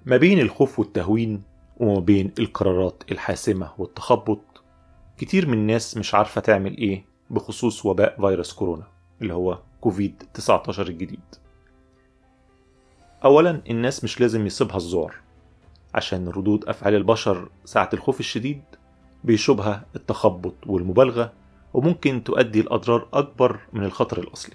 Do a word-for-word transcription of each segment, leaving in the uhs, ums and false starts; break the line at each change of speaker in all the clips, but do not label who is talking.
ما بين الخوف والتهوين وما بين القرارات الحاسمة والتخبط، كتير من الناس مش عارفة تعمل ايه بخصوص وباء فيروس كورونا اللي هو كوفيد تسعة عشر الجديد. اولا، الناس مش لازم يصيبها الذعر، عشان ردود افعال البشر ساعة الخوف الشديد بيشوبها التخبط والمبالغة، وممكن تؤدي لأضرار أكبر من الخطر الأصلي.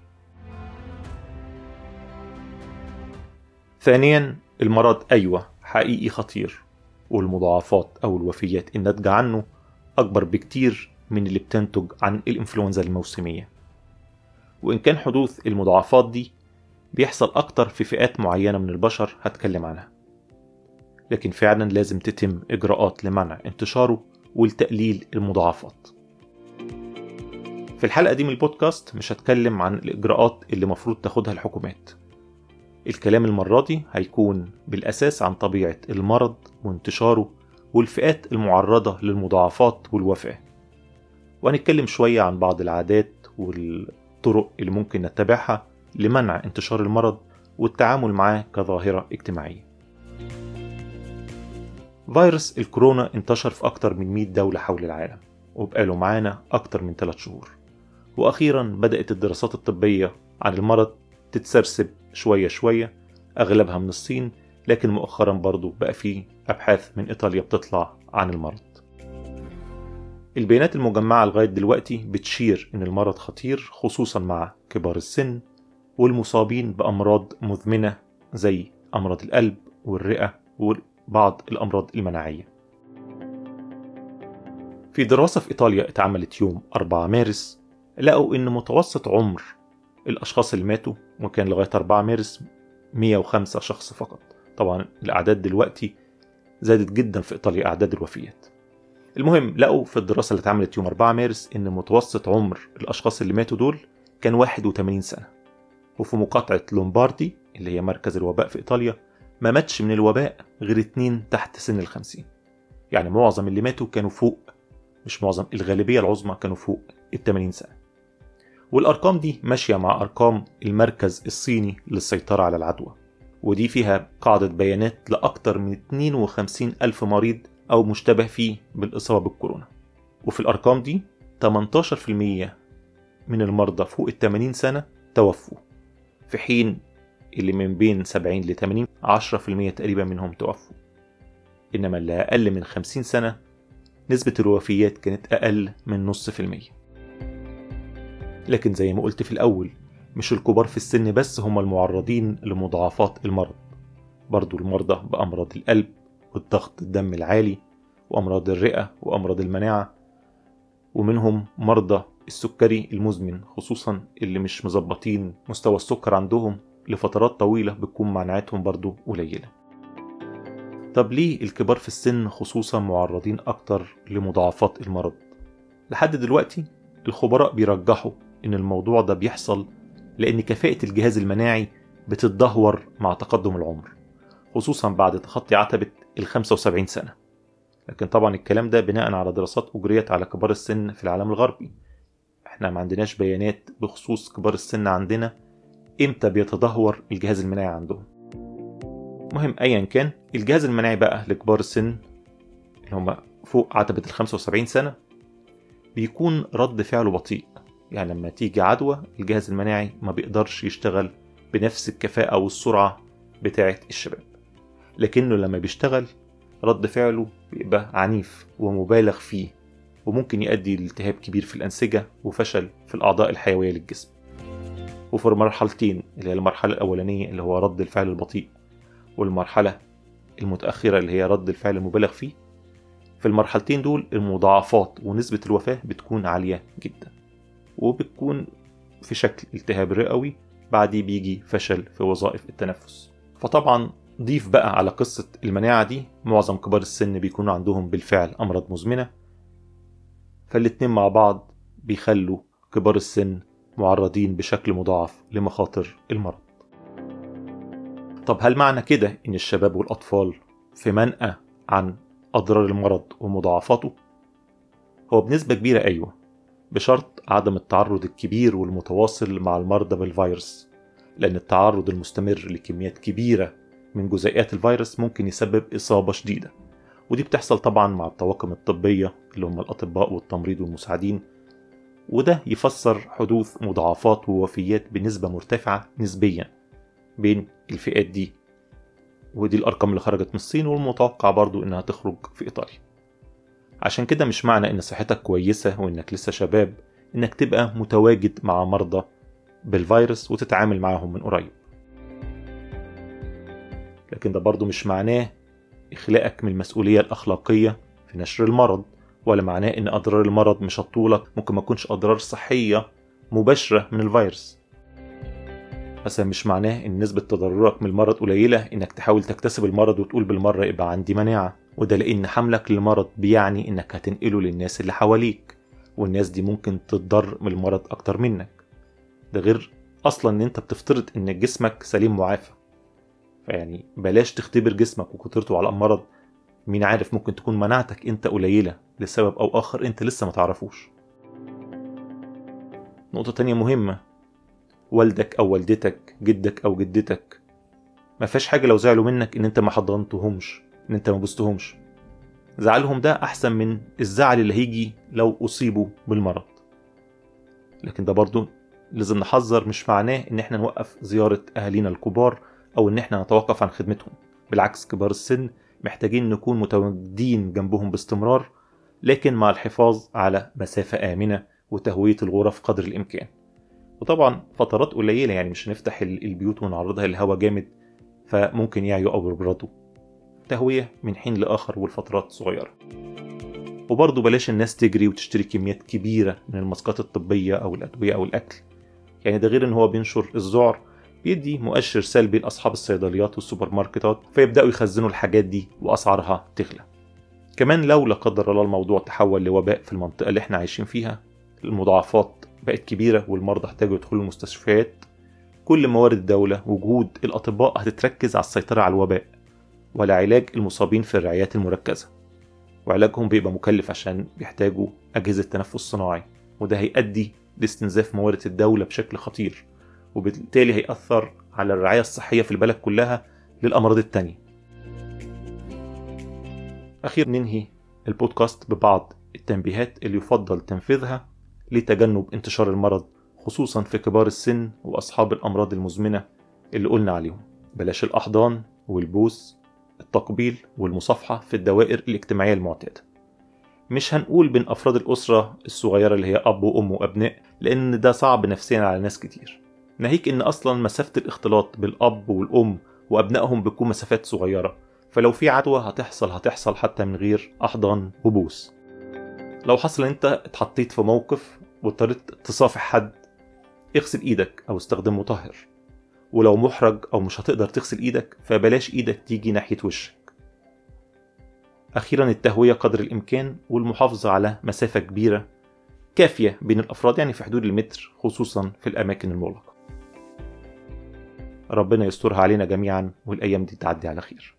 ثانيا، المرض أيوة حقيقي خطير، والمضاعفات أو الوفيات الناتجة عنه أكبر بكتير من اللي بتنتج عن الإنفلونزا الموسمية، وإن كان حدوث المضاعفات دي بيحصل أكتر في فئات معينة من البشر هتكلم عنها، لكن فعلا لازم تتم إجراءات لمنع انتشاره ولتقليل المضاعفات. في الحلقة دي من البودكاست مش هتكلم عن الإجراءات اللي مفروض تاخدها الحكومات. الكلام المرة دي هيكون بالأساس عن طبيعة المرض وانتشاره والفئات المعرضة للمضاعفات والوفاة، وهنتكلم شوية عن بعض العادات والطرق اللي ممكن نتبعها لمنع انتشار المرض والتعامل معاه كظاهرة اجتماعية. فيروس الكورونا انتشر في أكتر من مئة دولة حول العالم، وبقاله معانا أكتر من ثلاث شهور، وأخيرا بدأت الدراسات الطبية عن المرض تتسرسب شوية شوية، أغلبها من الصين، لكن مؤخرا برضو بقى فيه أبحاث من إيطاليا بتطلع عن المرض. البيانات المجمعة لغاية دلوقتي بتشير إن المرض خطير، خصوصا مع كبار السن والمصابين بأمراض مزمنة زي أمراض القلب والرئة وبعض الأمراض المناعية. في دراسة في إيطاليا اتعملت يوم أربعة مارس، لقوا إن متوسط عمر الأشخاص اللي ماتوا وكان لغاية أربعة مارس مئة وخمسة شخص فقط. طبعا الأعداد دلوقتي زادت جدا في إيطاليا، أعداد الوفيات. المهم، لقوا في الدراسة اللي اتعملت يوم أربعة مارس إن متوسط عمر الأشخاص اللي ماتوا دول كان واحد وثمانين سنة، وفي مقاطعة لومباردي اللي هي مركز الوباء في إيطاليا ما ماتش من الوباء غير اتنين تحت سن الخمسين. يعني معظم اللي ماتوا كانوا فوق، مش معظم، الغالبية العظمى كانوا فوق الثمانين سنة. والأرقام دي ماشية مع أرقام المركز الصيني للسيطرة على العدوى، ودي فيها قاعدة بيانات لأكتر من اثنين وخمسين ألف مريض أو مشتبه فيه بالإصابة بالكورونا. وفي الأرقام دي ثمانية عشر بالمئة من المرضى فوق الثمانين سنة توفوا، في حين اللي من بين سبعين ل ثمانين عشرة بالمئة تقريبا منهم توفوا. إنما اللي أقل من خمسين سنة نسبة الوفيات كانت أقل من نص في المية. لكن زي ما قلت في الأول، مش الكبار في السن بس هم المعرضين لمضاعفات المرض، برضو المرضى بأمراض القلب والضغط الدم العالي وأمراض الرئة وأمراض المناعة، ومنهم مرضى السكري المزمن، خصوصا اللي مش مظبطين مستوى السكر عندهم لفترات طويلة بتكون مناعتهم برضو قليلة. طب ليه الكبار في السن خصوصا معرضين أكتر لمضاعفات المرض؟ لحد دلوقتي الخبراء بيرجحوا إن الموضوع ده بيحصل لأن كفاءة الجهاز المناعي بتتدهور مع تقدم العمر، خصوصا بعد تخطي عتبة ال خمسة وسبعين سنة. لكن طبعا الكلام ده بناء على دراسات أجريت على كبار السن في العالم الغربي. احنا ما عندناش بيانات بخصوص كبار السن عندنا امتى بيتدهور الجهاز المناعي عندهم. مهم، أيا كان الجهاز المناعي بقى لكبار السن اللي هم فوق عتبة ال خمسة وسبعين سنة بيكون رد فعله بطيء. يعني لما تيجي عدوى الجهاز المناعي ما بيقدرش يشتغل بنفس الكفاءة والسرعة بتاعة الشباب، لكنه لما بيشتغل رد فعله بيبقى عنيف ومبالغ فيه، وممكن يؤدي لالتهاب كبير في الأنسجة وفشل في الأعضاء الحيوية للجسم. وفي المرحلتين، اللي هي المرحلة الأولانية اللي هو رد الفعل البطيء، والمرحلة المتأخرة اللي هي رد الفعل المبالغ فيه، في المرحلتين دول المضاعفات ونسبة الوفاة بتكون عالية جدا، وبتكون في شكل التهاب رئوي، بعديه بيجي فشل في وظائف التنفس. فطبعا ضيف بقى على قصة المناعة دي معظم كبار السن بيكونوا عندهم بالفعل أمراض مزمنة، فالاتنين مع بعض بيخلوا كبار السن معرضين بشكل مضاعف لمخاطر المرض. طب هل معنى كده إن الشباب والأطفال في منأى عن أضرار المرض ومضاعفاته؟ هو بنسبة كبيرة أيوة، بشرط عدم التعرض الكبير والمتواصل مع المرضى بالفيروس، لأن التعرض المستمر لكميات كبيرة من جزيئات الفيروس ممكن يسبب إصابة شديدة، ودي بتحصل طبعا مع الطواقم الطبية اللي هم الأطباء والتمريض والمساعدين، وده يفسر حدوث مضاعفات ووفيات بنسبة مرتفعة نسبيا بين الفئات دي. ودي الأرقام اللي خرجت من الصين، والمتوقع برضو إنها تخرج في إيطاليا. عشان كده مش معنى إن صحتك كويسة وإنك لسه شباب إنك تبقى متواجد مع مرضى بالفيروس وتتعامل معهم من قريب. لكن ده برضو مش معناه إخلاءك من المسؤولية الأخلاقية في نشر المرض، ولا معناه إن أضرار المرض مش هتطولك. ممكن ما تكونش أضرار صحية مباشرة من الفيروس، بس مش معناه إن نسبة تضررك من المرض قليلة إنك تحاول تكتسب المرض وتقول بالمرة يبقى عندي مناعة. وده لأن حملك للمرض بيعني إنك هتنقله للناس اللي حواليك، والناس دي ممكن تتضر من المرض أكتر منك. ده غير أصلا إن أنت بتفترض إن جسمك سليم معافى، فيعني بلاش تختبر جسمك وكترته على المرض. مين عارف، ممكن تكون مناعتك أنت قليلة لسبب أو آخر أنت لسه ما تعرفوش. نقطة تانية مهمة، والدك أو والدتك، جدك أو جدتك، ما فيش حاجة لو زعلوا منك إن أنت ما حضنتهمش، إن أنت ما بوستهمش. زعلهم ده أحسن من الزعل اللي هيجي لو أصيبوا بالمرض. لكن ده برضو لازم نحذر، مش معناه إن احنا نوقف زيارة أهالينا الكبار أو إن احنا نتوقف عن خدمتهم. بالعكس، كبار السن محتاجين نكون متواجدين جنبهم باستمرار، لكن مع الحفاظ على مسافة آمنة وتهوية الغرف قدر الإمكان. وطبعا فترات قليلة، يعني مش هنفتح البيوت ونعرضها للهواء جامد فممكن يعيوا أو يبردوا. تهوية من حين لآخر والفترات صغيرة. وبرضه بلاش الناس تجري وتشتري كميات كبيرة من الماسكات الطبية أو الأدوية أو الأكل، يعني ده غير إن هو بينشر الذعر، بيدي مؤشر سلبي لأصحاب الصيدليات والسوبر ماركتات، فيبدأوا يخزنوا الحاجات دي وأسعارها تغلى. كمان لو لا قدر الله الموضوع تحول لوباء في المنطقة اللي احنا عايشين فيها، المضاعفات بقت كبيرة والمرضى احتاجوا يدخلوا المستشفيات، كل موارد الدولة وجهود الأطباء هتتركز على السيطرة على الوباء ولا علاج المصابين في الرعايات المركزة، وعلاجهم بيبقى مكلف عشان بيحتاجوا أجهزة تنفس صناعي، وده هيؤدي لاستنزاف موارد الدولة بشكل خطير، وبالتالي هيأثر على الرعاية الصحية في البلد كلها للأمراض التانية. أخيرا ننهي البودكاست ببعض التنبيهات اللي يفضل تنفيذها لتجنب انتشار المرض، خصوصا في كبار السن وأصحاب الأمراض المزمنة اللي قلنا عليهم. بلاش الأحضان والبوس، التقبيل والمصافحة في الدوائر الاجتماعية المعتادة. مش هنقول بين أفراد الأسرة الصغيرة اللي هي أب وأم وأبناء، لأن ده صعب نفسيا على ناس كتير، ناهيك إن أصلا مسافة الاختلاط بالأب والأم وأبنائهم بتكون مسافات صغيرة، فلو في عدوى هتحصل هتحصل حتى من غير أحضان وبوس. لو حصل أنت اتحطيت في موقف واضطريت تصافح حد، اغسل إيدك أو استخدم مطهر، ولو محرج أو مش هتقدر تغسل إيدك فبلاش إيدك تيجي ناحية وشك. أخيرا التهوية قدر الإمكان والمحافظة على مسافة كبيرة كافية بين الأفراد، يعني في حدود المتر، خصوصا في الأماكن المغلقة. ربنا يسترها علينا جميعا والأيام دي تعدي على خير.